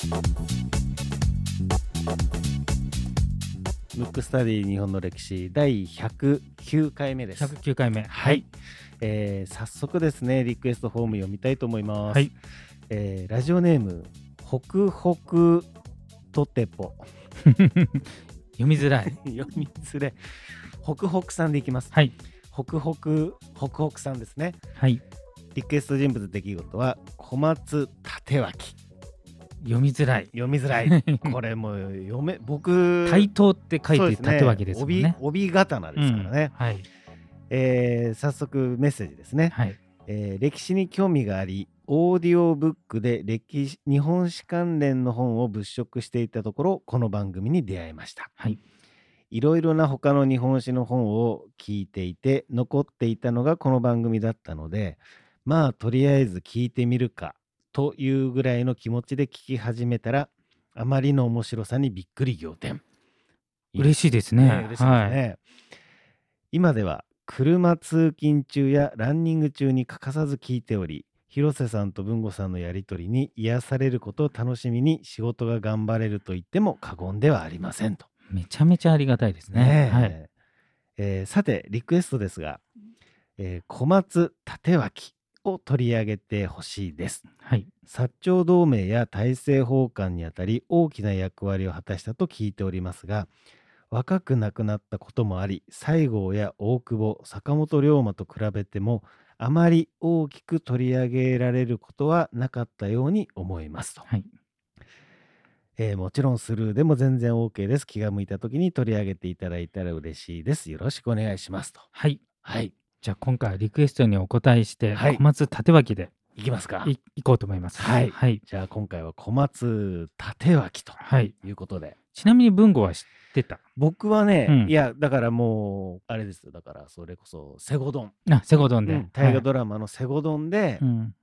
ブックスタディ日本の歴史第109回目です。 109回目。 はい。早速ですね、リクエストフォーム読みたいと思います。 はい。 ラジオネーム、ホクホクトテポ。 読みづらい。 読みづらい。ホクホクさんでいきます。 はい。 ホクホクさんですね。 はい。 リクエスト人物出来事は小松立脇。 読みづらい。 読みづらい。これもう僕対等って書いて立脇ですもんね。 帯刀ですからね。 はい。 早速メッセージですね。 はい。 歴史に興味があり、オーディオブックで日本史関連の本を物色していたところ、この番組に出会いました。 はい。 いろいろな他の日本史の本を聞いていて、残っていたのがこの番組だったので、まあとりあえず聞いてみるかというぐらいの気持ちで聞き始めたら、あまりの面白さにびっくり仰天。 嬉しいですね。 嬉しいですね。はい、今では車通勤中やランニング中に欠かさず聞いており、広瀬さんと文吾さんのやりとりに癒されることを楽しみに仕事が頑張れると言っても過言ではありませんと。 めちゃめちゃありがたいですね。 はい。さてリクエストですが、小松立脇を取り上げてほしいです。 はい。 薩長同盟や大政奉還にあたり大きな役割を果たしたと聞いておりますが、若く亡くなったこともあり、西郷や大久保、坂本龍馬と比べてもあまり大きく取り上げられることはなかったように思いますと。 はい。 もちろんスルーでも全然 OK です。気が向いた時に取り上げていただいたら嬉しいです。よろしくお願いしますと。 はい。 はい。 じゃあ今回はリクエストにお答えして、 はい、 小松立脇でいきますか。 いこうと思います。 はい。 はい。 じゃあ今回は小松立脇ということで。はい、 ちなみに文吾は知ってた？ 僕はね、いやだからもうあれですよ。だからそれこそセゴドン。 セゴドンで。 大河ドラマのセゴドンで、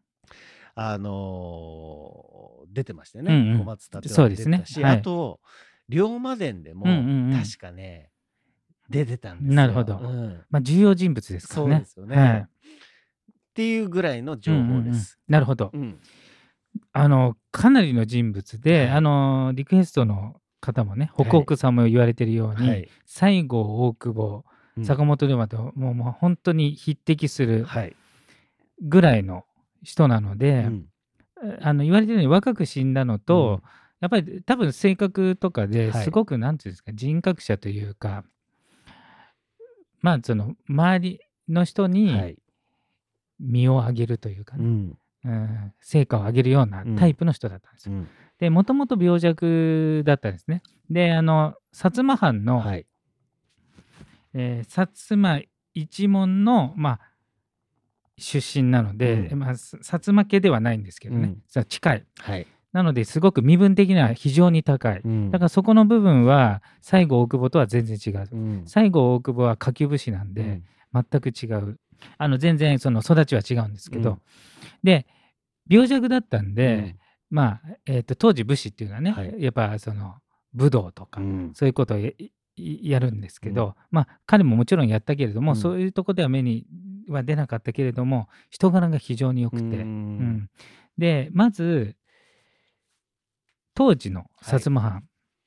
出てましてね。小松立脇出てたし、あと龍馬伝でも確かね、出てたんですよ。 なるほど。まあ重要人物ですからね。 そうですよね。っていうぐらいの情報です。 なるほど。かなりの人物で、リクエストの方もね、ホクホクさんも言われてるように、西郷、大久保、坂本龍馬ともう本当に匹敵するぐらいの人なので、言われてるように若く死んだのと、やっぱり多分性格とかですごくなんていうんですか、人格者というか、まあその周りの人に身をあげるというかね、成果を上げるようなタイプの人だったんですよ。で、もともと病弱だったんですね。で、薩摩藩の、薩摩一門の、出身なので、薩摩家ではないんですけどね、近い。なのですごく身分的には非常に高い。だからそこの部分は西郷大久保とは全然違う。西郷大久保は下級武士なんで、全く違う。全然その育ちは違うんですけど、で病弱だったんで、当時武士っていうのはね、やっぱその武道とか、そういうことをやるんですけど、彼ももちろんやったけれども、そういうとこでは目には出なかったけれども、人柄が非常に良くて、でまず当時の薩摩藩、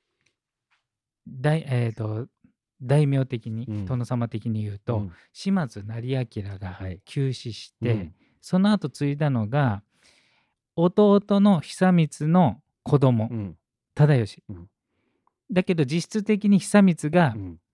大名的に、殿様的に言うと、島津斉彬が急死して、その後継いだのが弟の久光の子供、忠義。だけど実質的に久光が、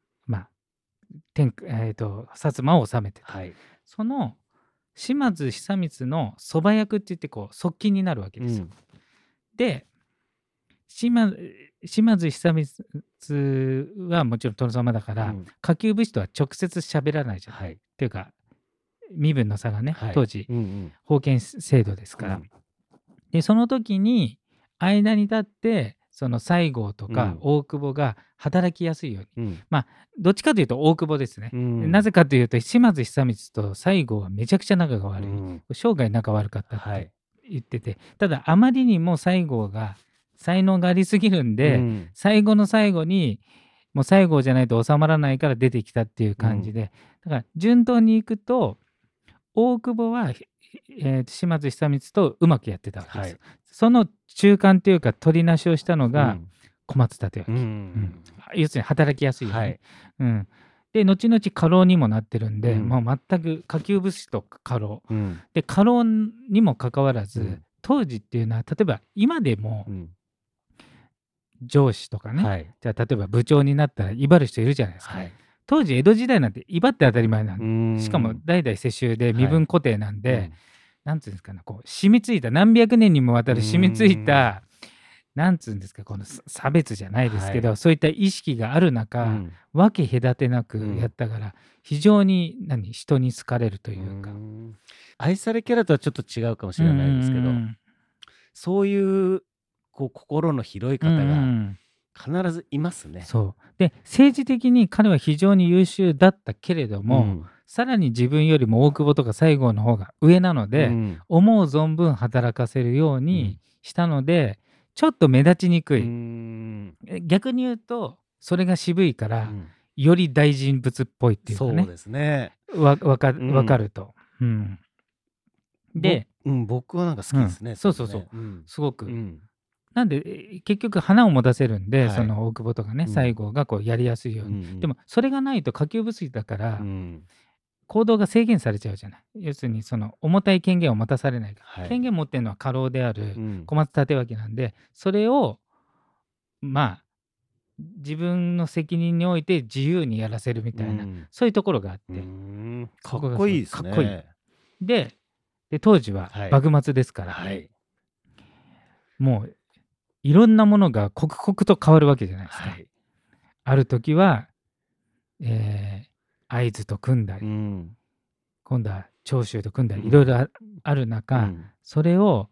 薩摩を治めてた。その島津久光の側役って言ってこう側近になるわけですよ。で島津久光はもちろん殿様だから、下級武士とは直接喋らないじゃない。っていうか身分の差がね、当時、封建制度ですから。でその時に間に立ってその西郷とか大久保が働きやすいように、どっちかというと大久保ですね。なぜかというと島津久光と西郷はめちゃくちゃ仲が悪い。生涯仲悪かったって言ってて、ただあまりにも西郷が才能がありすぎるんで、最後の最後にもう西郷じゃないと収まらないから出てきたっていう感じで、だから順当にいくと大久保は島津久光とうまくやってたわけですよ。 はい。 その中間というか取りなしをしたのうがん。 小松立う脇、 ん。 要するに働きやすいよね。 はい。 で後々家老にもなってるんで、 うんもう全く下級武士と家老うん。 で家老にもかかわらず、 うん当時っていうのは例えば今でもうん。 上司とかね、 はい。 じゃあ例えば部長になったら威張る人いるじゃないですか。 はい。 当時江戸時代なんて威張って当たり前なんで、しかもん。 代々世襲で身分固定なんで、 うんなんつうんですかね、こう染みついた何百年にもわたる染みついた、なんつうんですか、この差別じゃないですけど、 はい。 そういった意識がある中、分け隔てなくやったから、非常に人に好かれるというか。 愛されキャラとはちょっと違うかもしれないですけど、そういうこう心の広い方が必ずいますね。 そうで政治的に彼は非常に優秀だったけれども、さらに自分よりも大久保とか西郷の方が上なので、思う存分働かせるようにしたので、ちょっと目立ちにくい。逆に言うとそれが渋いから、より大人物っぽいっていうかね。 そうですね。 わかると。で、 僕はなんか好きですね。 そう、すごく。なんで結局花を持たせるんで、その大久保とかね、西郷がこうやりやすいように。でもそれがないと下級武士だから、行動が制限されちゃうじゃない。要するにその重たい権限を持たされないから、権限持ってるのは家老である小松立脇なんで、それをまあ自分の責任において自由にやらせるみたいな、そういうところがあって、 かっこいいですね。 かっこいい。で当時は幕末ですから、もういろんなものが刻々と変わるわけじゃないですか。ある時は、会津と組んだり、今度は長州と組んだり、いろいろある中、それを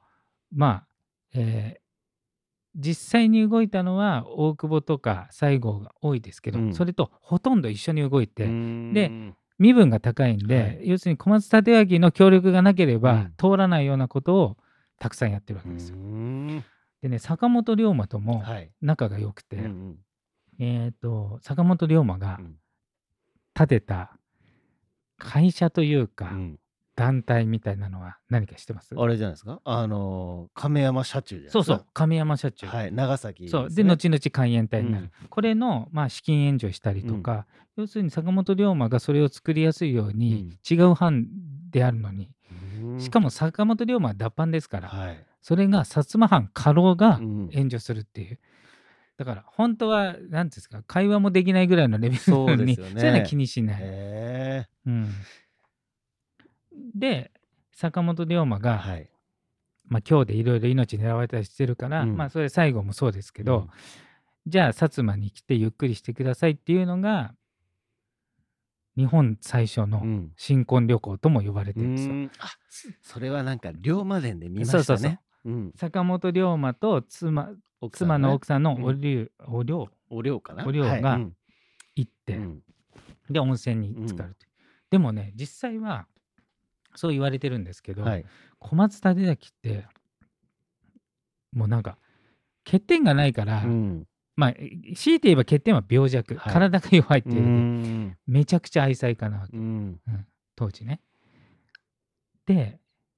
実際に動いたのは大久保とか西郷が多いですけど、それとほとんど一緒に動いて、で身分が高いんで、要するに小松立脇の協力がなければ通らないようなことをたくさんやってるわけですよ。でね、坂本龍馬とも仲が良くて、坂本龍馬が建てた会社というか、団体みたいなのは何か知ってます？ あれじゃないですか、亀山社中じゃないですか。 そう亀山社中、 長崎ですね。 そうで後々海援隊になる、これの資金援助したりとか、要するに坂本龍馬がそれを作りやすいように、違う藩であるのに、しかも坂本龍馬は脱藩ですから、それが薩摩藩家老が援助するっていう。だから本当は何ていうんですか、会話もできないぐらいのレベルなのに、そういうのは気にしない。で坂本龍馬が、今日でいろいろ命狙われたりしてるから、それ最後もそうですけど、じゃあ薩摩に来てゆっくりしてくださいっていうのが日本最初の新婚旅行とも呼ばれてるんですよ。 それはなんか龍馬伝で見ましたね。 坂本龍馬と妻の奥さんのお龍かな、お龍が行って、で温泉に浸かると。でもね、実際はそう言われてるんですけど、小松立脇ってもうなんか欠点がないから、強いて言えば欠点は病弱、体が弱いっていうでめちゃくちゃ愛妻家なわけ、当時ね。で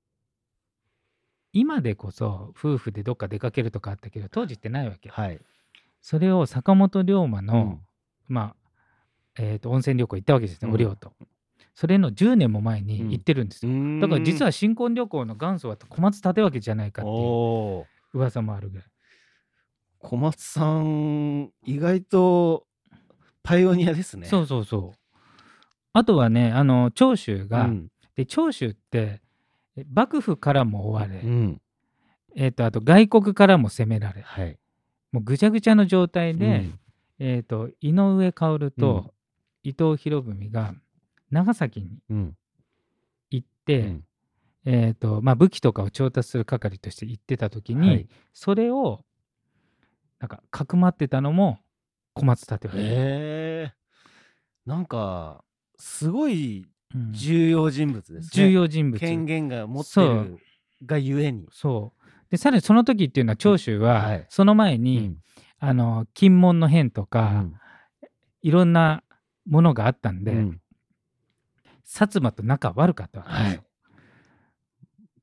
今でこそ夫婦でどっか出かけるとかあったけど、当時ってないわけ。それを坂本龍馬の、温泉旅行行ったわけですね、お龍と。それの10年も前に行ってるんですよ。だから実は新婚旅行の元祖は小松立脇じゃないかっていう噂もあるぐらい。 小松さん意外とパイオニアですね。 そう。あとはね、長州が、で長州って幕府からも追われ、あと外国からも攻められ、もうぐちゃぐちゃの状態で、井上馨と伊藤博文が長崎に行って、武器とかを調達する係として行ってた時に、それをなんかかくまってたのも小松立脇。 なんかすごい重要人物ですね。 重要人物。 権限が持ってるがゆえに。 でさらにその時っていうのは長州はその前に、金門の変とか、いろんなものがあったんで、薩摩と仲悪かったわけですよ。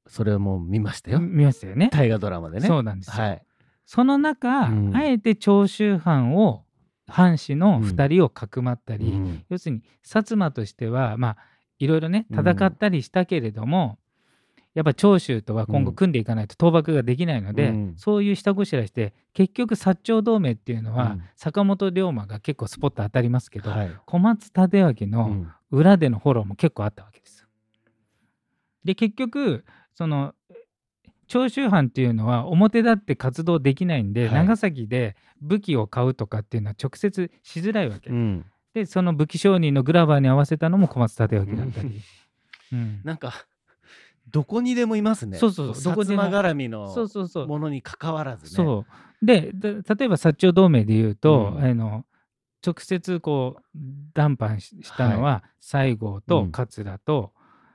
それも見ましたよ。 見ましたよね。 大河ドラマでね。 そうなんですよ。 はい。 その中、あえて長州藩士の2人をかくまったり、要するに薩摩としては、いろいろね、戦ったりしたけれども、やっぱ長州とは今後組んでいかないと倒幕ができないので、そういう下ごしらえして、結局薩長同盟っていうのは、坂本龍馬が結構スポット当たりますけど、小松帯刀の裏でのフォローも結構あったわけです。で、結局、その長州藩っていうのは表立って活動できないんで、長崎で武器を買うとかっていうのは直接しづらいわけ。で、その武器商人のグラバーに合わせたのも小松帯刀だったり。 なんかどこにでもいますね。 そうそう、 薩摩絡みのものに関わらずね。 そうで、例えば薩長同盟でいうと、直接こう談判したのは西郷と桂と、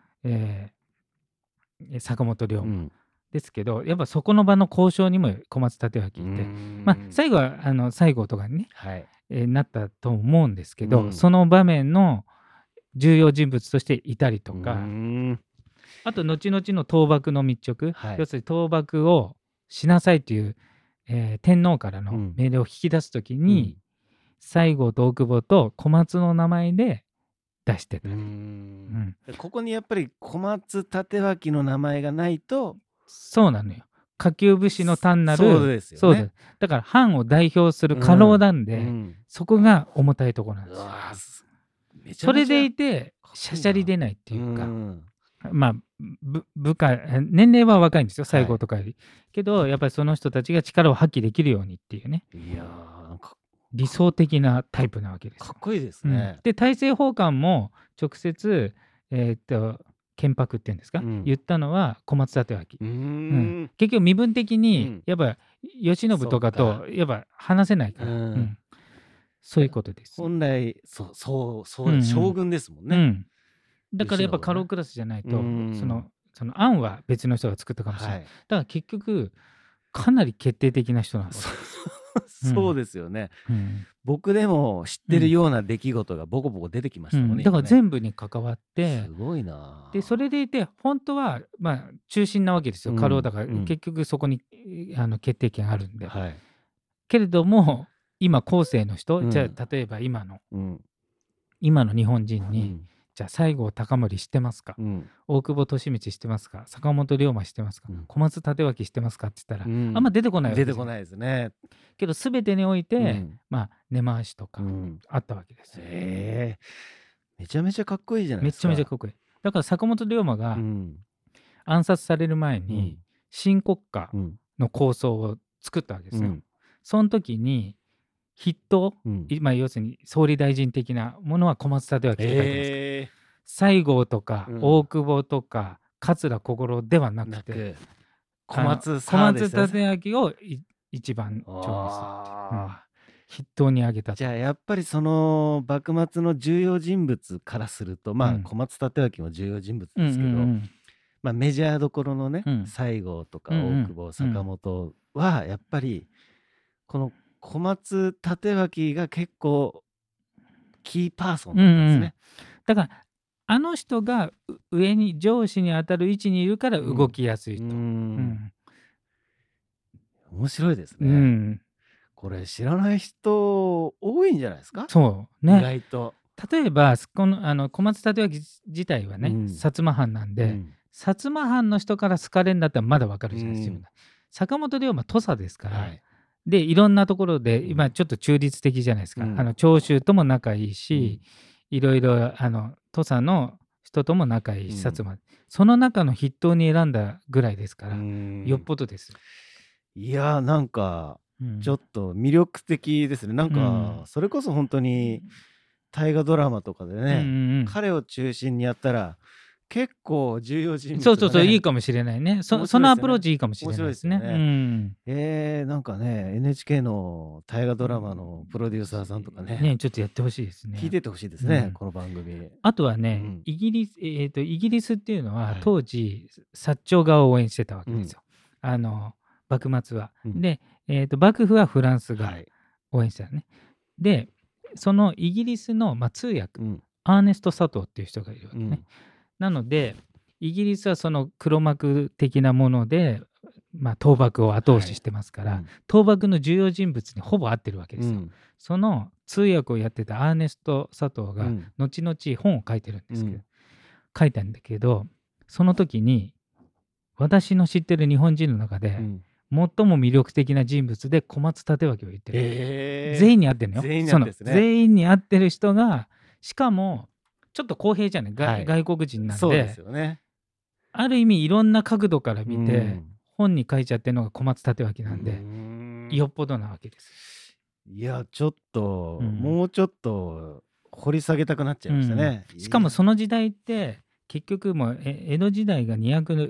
坂本龍馬ですけど、やっぱそこの場の交渉にも小松帯刀いて、最後は西郷とかにね、なったと思うんですけど、その場面の重要人物としていたりとか、あと後々の倒幕の密勅、要するに倒幕をしなさいという、天皇からの命令を引き出すときに、西郷と大久保と小松の名前で出してたり。 ここにやっぱり小松帯刀の名前がないと。 そうなのよ。下級武士の単なる、 そうですよね。 だから藩を代表する家老なんで、そこが重たいところなんですよ。それでいてしゃしゃり出ないっていうか、部下年齢は若いんですよ、西郷とかより。けどやっぱりその人たちが力を発揮できるようにっていうね、理想的なタイプなわけです。 かっこいいですね。 で、大政奉還も直接建白っていうんですか、言ったのは小松帯刀。結局身分的にやっぱ慶喜とかとやっぱ話せないから、そういうことです。 本来そう将軍ですもんね。 だからやっぱ家老クラスじゃないと、その案は別の人が作ったかもしれない。だから結局かなり決定的な人なんです。 そうですよね。僕でも知ってるような出来事がボコボコ出てきましたもんね。 だから全部に関わって、 すごいな。 でそれでいて本当は中心なわけですよ、家老だから、結局そこに決定権あるんで。けれども今後世の人、じゃあ例えば今の日本人に、じゃあ西郷隆盛知ってますか、大久保利通知ってますか、坂本龍馬知ってますか、小松帯刀知ってますかって言ったら、あんま出てこないわけですよ。 出てこないですね。 けど全てにおいて、根回しとかあったわけですよ。 めちゃめちゃかっこいいじゃないですか。 めちゃめちゃかっこいい。だから坂本龍馬が暗殺される前に新国家の構想を作ったわけですよ。その時に筆頭、要するに総理大臣的なものは小松帯刀って書いてますから、西郷とか大久保とか桂小五郎ではなくて、小松帯刀を一番重視する、筆頭に挙げた。 じゃあやっぱりその幕末の重要人物からすると、小松帯刀も重要人物ですけど、メジャーどころのね、西郷とか大久保、坂本はやっぱりこの小松帯刀が結構キーパーソンだったんですね。 だからあの人が上に上司に当たる位置にいるから動きやすいと。 面白いですね。これ知らない人多いんじゃないですか。 そうね。 意外と。 例えばこの小松帯刀自体はね、薩摩藩なんで、薩摩藩の人から好かれるんだったらまだわかるじゃないですか。坂本龍馬土佐ですから、でいろんなところで今ちょっと中立的じゃないですか。長州とも仲いいし、いろいろ土佐の人とも仲いいし、薩摩、その中の筆頭に選んだぐらいですから、よっぽどです。 いやなんかちょっと魅力的ですね。なんかそれこそ本当に大河ドラマとかでね、彼を中心にやったら結構重要人物がね。 そういいかもしれないね。そのアプローチいいかもしれないですね。 なんかね NHK の大河ドラマのプロデューサーさんとかね、 ちょっとやってほしいですね。 聞いててほしいですね、この番組。 あとはね、イギリスっていうのは当時薩長側を応援してたわけですよ。幕末は。で、幕府はフランスが応援してたね。でそのイギリスの通訳、アーネスト・佐藤っていう人がいるわけね。なのでイギリスはその黒幕的なもので、倒幕を後押ししてますから、倒幕の重要人物にほぼ合ってるわけですよ。その通訳をやってたアーネスト・佐藤が後々本を書いてるんですけど、書いたんだけど、その時に私の知ってる日本人の中で、最も魅力的な人物で小松立脇を言ってる。全員に合ってるのよ。全員に合ってる人が、しかもちょっと公平じゃない、外国人なんで、 そうですよね。 ある意味いろんな角度から見て、本に書いちゃってるのが小松立脇なんで、よっぽどなわけです。 いや、ちょっと、もうちょっと掘り下げたくなっちゃいましたね。 しかもその時代って結局もう江戸時代が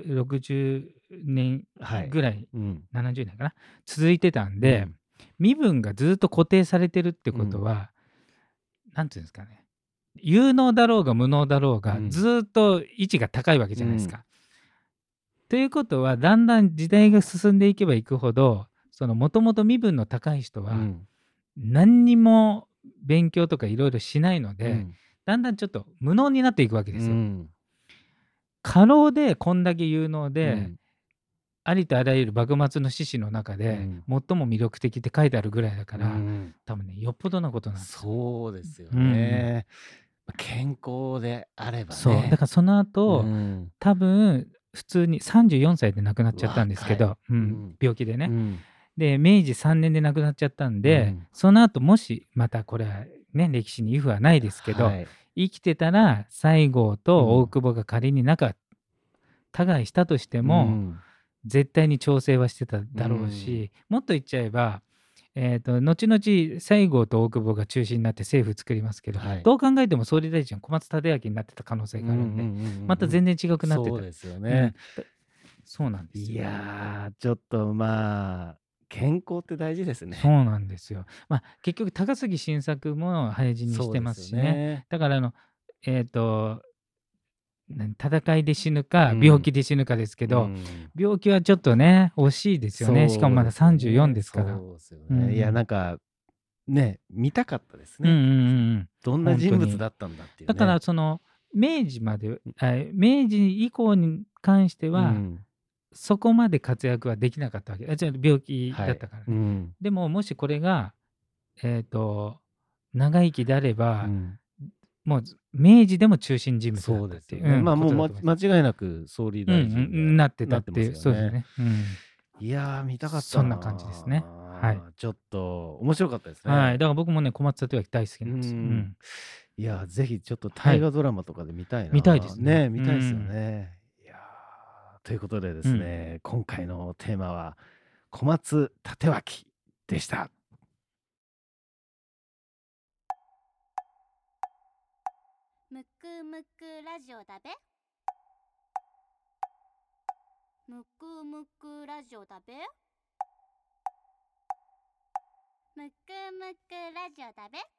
260年ぐらい、70年かな続いてたんで、身分がずっと固定されてるってことは、なんていうんですかね、有能だろうが無能だろうが、ずっと位置が高いわけじゃないですか。ということはだんだん時代が進んでいけばいくほど、そのもともと身分の高い人は、何にも勉強とかいろいろしないので、だんだんちょっと無能になっていくわけですよ。過労でこんだけ有能で、ありとあらゆる幕末の志士の中で、最も魅力的って書いてあるぐらいだから、多分ね、よっぽどなことなんですよ。 そうですよね。健康であればね。 そうだからその後、多分普通に34歳で亡くなっちゃったんですけど、病気でね。で明治3年で亡くなっちゃったんで、その後もしまたこれはね歴史にイフはないですけど、生きてたら西郷と大久保が仮に他害したとしても、絶対に調整はしてただろうし、もっと言っちゃえば、後々西郷と大久保が中心になって政府作りますけど、どう考えても総理大臣は小松立脇になってた可能性があるんで、また全然違くなってた。 そうですよね。 そうなんですよ。 いやちょっと健康って大事ですね。 そうなんですよ。結局高杉晋作も早死にしてますしね。だから戦いで死ぬか病気で死ぬかですけど、病気はちょっとね惜しいですよね。しかもまだ34ですから。 そうですよね。いやなんかね見たかったですね。どんな人物だったんだっていう。 だからその明治以降に関しては、そこまで活躍はできなかったわけ。じゃあ病気だったからね。でももしこれが長生きであれば、もう明治でも中心人物だったっていう。 もう間違いなく総理大臣になってたっていう。そうですね。 いや見たかった。 そんな感じですね。はい。 ちょっと面白かったですね。 はい。だから僕もね小松立脇大好きなんですよ。 いやぜひちょっと大河ドラマとかで見たいな。 見たいですね。 見たいですよね。いやということでですね、今回のテーマは小松立脇でした。 むくむくラジオだべ。むくむくラジオだべ。むくむくラジオだべ。